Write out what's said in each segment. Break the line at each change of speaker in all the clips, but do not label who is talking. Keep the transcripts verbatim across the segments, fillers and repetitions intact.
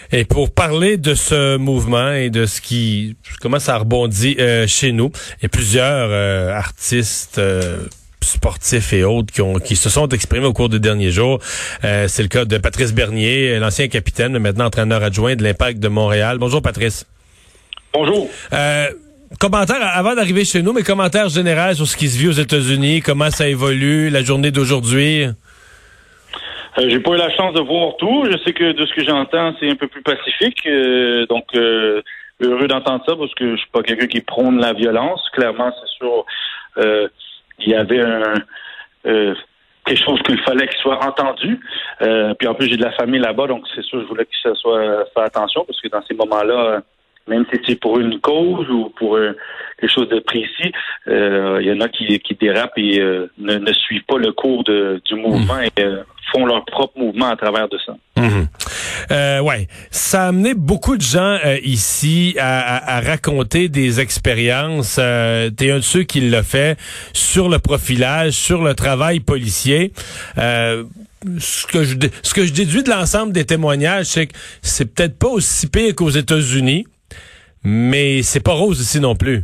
Et pour parler de ce mouvement et de ce qui, comment ça rebondit euh, chez nous, il y a plusieurs euh, artistes euh, sportifs et autres qui, ont, qui se sont exprimés au cours des derniers jours. Euh, c'est le cas de Patrice Bernier, l'ancien capitaine, mais maintenant entraîneur adjoint de l'Impact de Montréal. Bonjour Patrice.
Bonjour.
Euh, commentaire, avant d'arriver chez nous, mais commentaire général sur ce qui se vit aux États-Unis, comment ça évolue, la journée d'aujourd'hui.
Euh, j'ai pas eu la chance de voir tout. Je sais que de ce que j'entends, c'est un peu plus pacifique. Euh, donc, euh, heureux d'entendre ça parce que je suis pas quelqu'un qui prône la violence. Clairement, c'est sûr, euh, il y avait un, euh, quelque chose qu'il fallait qu'il soit entendu. Euh, puis en plus, j'ai de la famille là-bas, donc c'est sûr, je voulais que ça soit fait attention parce que dans ces moments-là, même si c'est pour une cause ou pour euh, quelque chose de précis, euh, il y en a qui, qui dérapent et euh, ne, ne suivent pas le cours de, du mouvement mmh. et euh, font leur propre mouvement à travers de ça.
Mmh. Euh, ouais, ça a amené beaucoup de gens euh, ici à, à, à raconter des expériences. Euh, t'es un de ceux qui l'a fait sur le profilage, sur le travail policier. Euh, ce que je ce que je déduis de l'ensemble des témoignages, c'est que c'est peut-être pas aussi pire qu'aux États-Unis. Mais c'est pas rose ici non plus.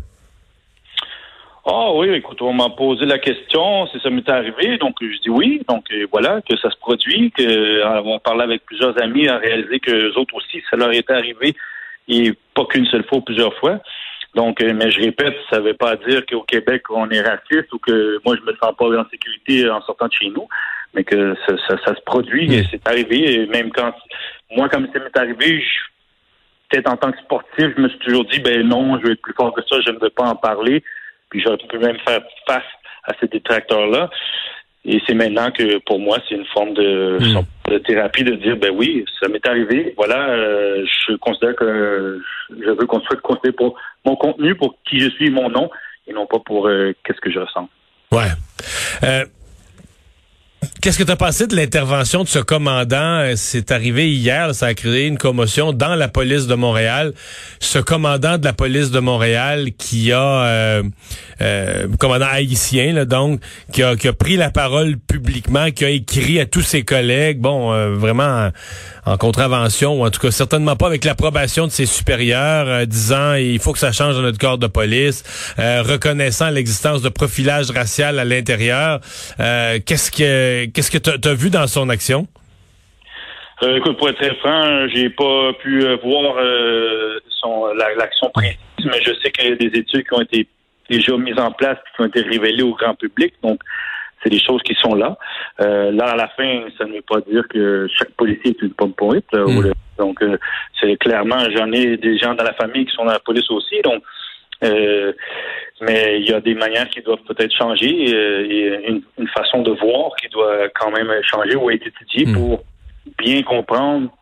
Ah oh, oui, écoute, on m'a posé la question, si ça m'est arrivé, donc je dis oui, donc voilà, que ça se produit, que on parlait avec plusieurs amis à réaliser que eux autres aussi, ça leur était arrivé, et pas qu'une seule fois, plusieurs fois. Donc, mais je répète, ça ne veut pas dire qu'au Québec, on est raciste ou que moi, je me sens pas en sécurité en sortant de chez nous, mais que ça, ça, ça se produit, et c'est arrivé, et même quand, moi, comme ça m'est arrivé, je peut-être en tant que sportif, je me suis toujours dit, ben non, je vais être plus fort que ça, je ne veux pas en parler. Puis j'aurais pu même faire face à ces détracteurs-là. Et c'est maintenant que, pour moi, c'est une forme de, mmh. de thérapie de dire, ben oui, ça m'est arrivé. Voilà, euh, je considère que je veux qu'on soit considéré pour mon contenu, pour qui je suis, mon nom, et non pas pour euh, qu'est-ce que je ressens.
Ouais. Euh... Qu'est-ce que tu as pensé de l'intervention de ce commandant? C'est arrivé hier, ça a créé une commotion dans la police de Montréal. Ce commandant de la police de Montréal qui a, euh, euh, commandant haïtien, là, donc, qui a, qui a pris la parole publiquement, qui a écrit à tous ses collègues, bon, euh, vraiment en, en contravention, ou en tout cas certainement pas avec l'approbation de ses supérieurs, euh, disant il faut que ça change dans notre corps de police, euh, reconnaissant l'existence de profilage racial à l'intérieur. Euh, qu'est-ce que Qu'est-ce que tu as vu dans son action?
Euh, écoute, pour être très franc, j'ai pas pu euh, voir euh, son la, l'action précise, mais je sais qu'il y a des études qui ont été déjà mises en place et qui ont été révélées au grand public. Donc, c'est des choses qui sont là. Euh, là, à la fin, ça ne veut pas dire que chaque policier est une pomme pourrite. Mm. Donc, euh, c'est clairement, j'en ai des gens dans la famille qui sont dans la police aussi. Donc, Euh, mais il y a des manières qui doivent peut-être changer euh, et une, une façon de voir qui doit quand même changer ou être étudiée mmh. pour bien comprendre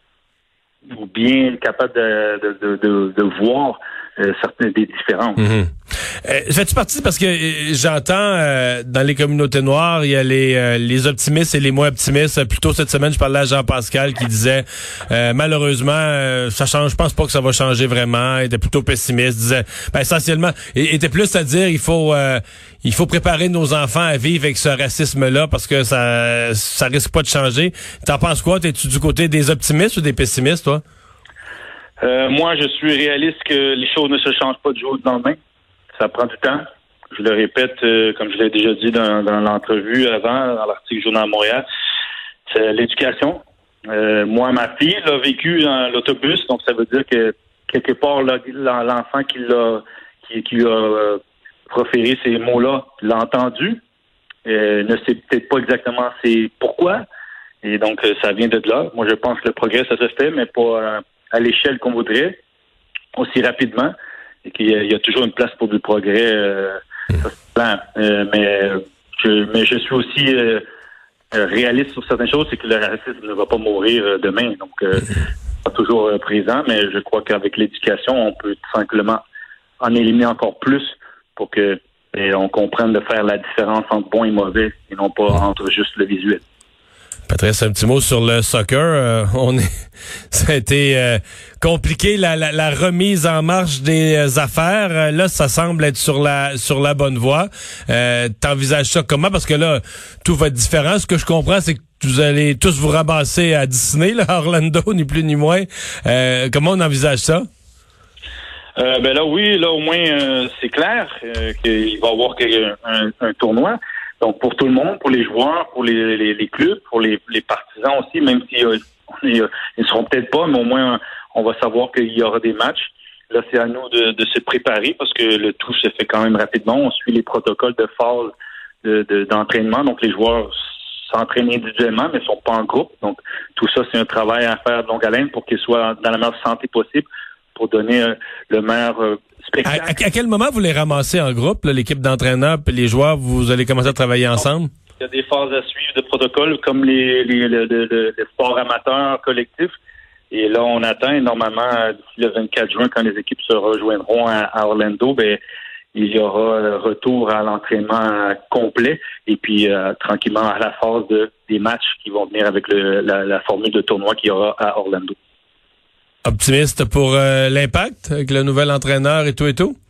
ou bien être capable de, de, de, de, de voir euh, certaines des différences.
Mmh. Euh, fais-tu partie, parce que euh, j'entends euh, dans les communautés noires, il y a les, euh, les optimistes et les moins optimistes. Plus tôt cette semaine, je parlais à Jean Pascal qui disait euh, malheureusement, euh, ça change, je pense pas que ça va changer vraiment. Il était plutôt pessimiste, disait ben, essentiellement, il était plus à dire il faut euh, il faut préparer nos enfants à vivre avec ce racisme-là parce que ça ça risque pas de changer. T'en penses quoi? T'es-tu du côté des optimistes ou des pessimistes, toi?
Euh, moi, je suis réaliste que les choses ne se changent pas du jour au lendemain. Ça prend du temps. Je le répète, euh, comme je l'ai déjà dit dans, dans l'entrevue avant, dans l'article Journal de Montréal, c'est l'éducation. Euh, moi, ma fille l'a vécu dans l'autobus, donc ça veut dire que quelque part, là, l'enfant qui l'a qui, qui a euh, proféré ces mots-là l'a entendu, euh, ne sait peut-être pas exactement c'est pourquoi, et donc euh, ça vient de là. Moi, je pense que le progrès, ça se fait, mais pas euh, à l'échelle qu'on voudrait, aussi rapidement. Et qu'il y a, il y a toujours une place pour du progrès, euh, euh, mais je, mais je suis aussi euh, réaliste sur certaines choses, c'est que le racisme ne va pas mourir euh, demain, donc euh, pas toujours euh, présent, mais je crois qu'avec l'éducation, on peut tout simplement en éliminer encore plus pour que et on comprenne de faire la différence entre bon et mauvais et non pas entre juste le visuel.
Patrice, un petit mot sur le soccer. Euh, on est, ça a été euh, compliqué la, la, la remise en marche des affaires. Euh, là, ça semble être sur la sur la bonne voie. Euh, T'envisages ça comment? Parce que là, tout va être différent. Ce que je comprends, c'est que vous allez tous vous ramasser à Disney, là, à Orlando, ni plus ni moins. Euh, comment on envisage ça?
Euh, ben là, oui, là, au moins, euh, c'est clair euh, qu'il va y avoir un, un tournoi. Donc, pour tout le monde, pour les joueurs, pour les, les, les clubs, pour les, les partisans aussi, même si euh, ils ne seront peut-être pas, mais au moins, on va savoir qu'il y aura des matchs. Là, c'est à nous de, de se préparer parce que le tout se fait quand même rapidement. On suit les protocoles de phase de, de, d'entraînement. Donc, les joueurs s'entraînent individuellement, mais ne sont pas en groupe. Donc, tout ça, c'est un travail à faire de longue haleine pour qu'ils soient dans la meilleure santé possible pour donner euh, le meilleur euh, spectacle.
À, à, à quel moment vous les ramassez en groupe, là, l'équipe d'entraîneurs et les joueurs, vous allez commencer à travailler ensemble?
Il y a des phases à suivre de protocole comme les, les, le, le, le, le sport amateur collectif. Et là, on attend normalement d'ici le vingt-quatre juin, quand les équipes se rejoindront à, à Orlando, ben il y aura retour à l'entraînement complet et puis euh, tranquillement à la phase de, des matchs qui vont venir avec le, la, la formule de tournoi qu'il y aura à Orlando.
Optimiste pour euh, l'impact avec le nouvel entraîneur et tout et tout?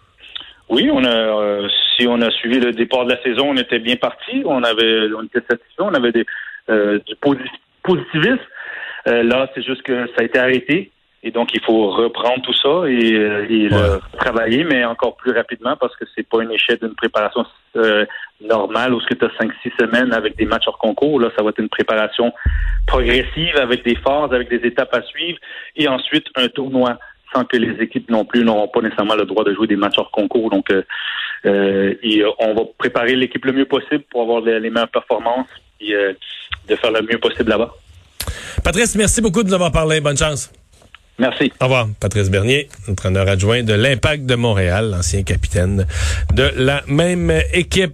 Oui, on a euh, si on a suivi le départ de la saison, on était bien parti, on avait on était satisfait, on avait des, euh, du positivisme. Euh, là, c'est juste que ça a été arrêté et donc il faut reprendre tout ça et, euh, et ouais. le travailler, mais encore plus rapidement parce que c'est pas une échelle d'une préparation euh, normale où ce que tu as cinq six semaines avec des matchs hors concours. Là, ça va être une préparation progressive avec des phases, avec des étapes à suivre et ensuite un tournoi sans que les équipes non plus n'auront pas nécessairement le droit de jouer des matchs hors concours. Donc, euh, euh, et on va préparer l'équipe le mieux possible pour avoir les, les meilleures performances et euh, de faire le mieux possible là-bas.
Patrice, merci beaucoup de nous avoir parlé. Bonne chance.
Merci.
Au revoir. Patrice Bernier, entraîneur adjoint de l'Impact de Montréal, l'ancien capitaine de la même équipe.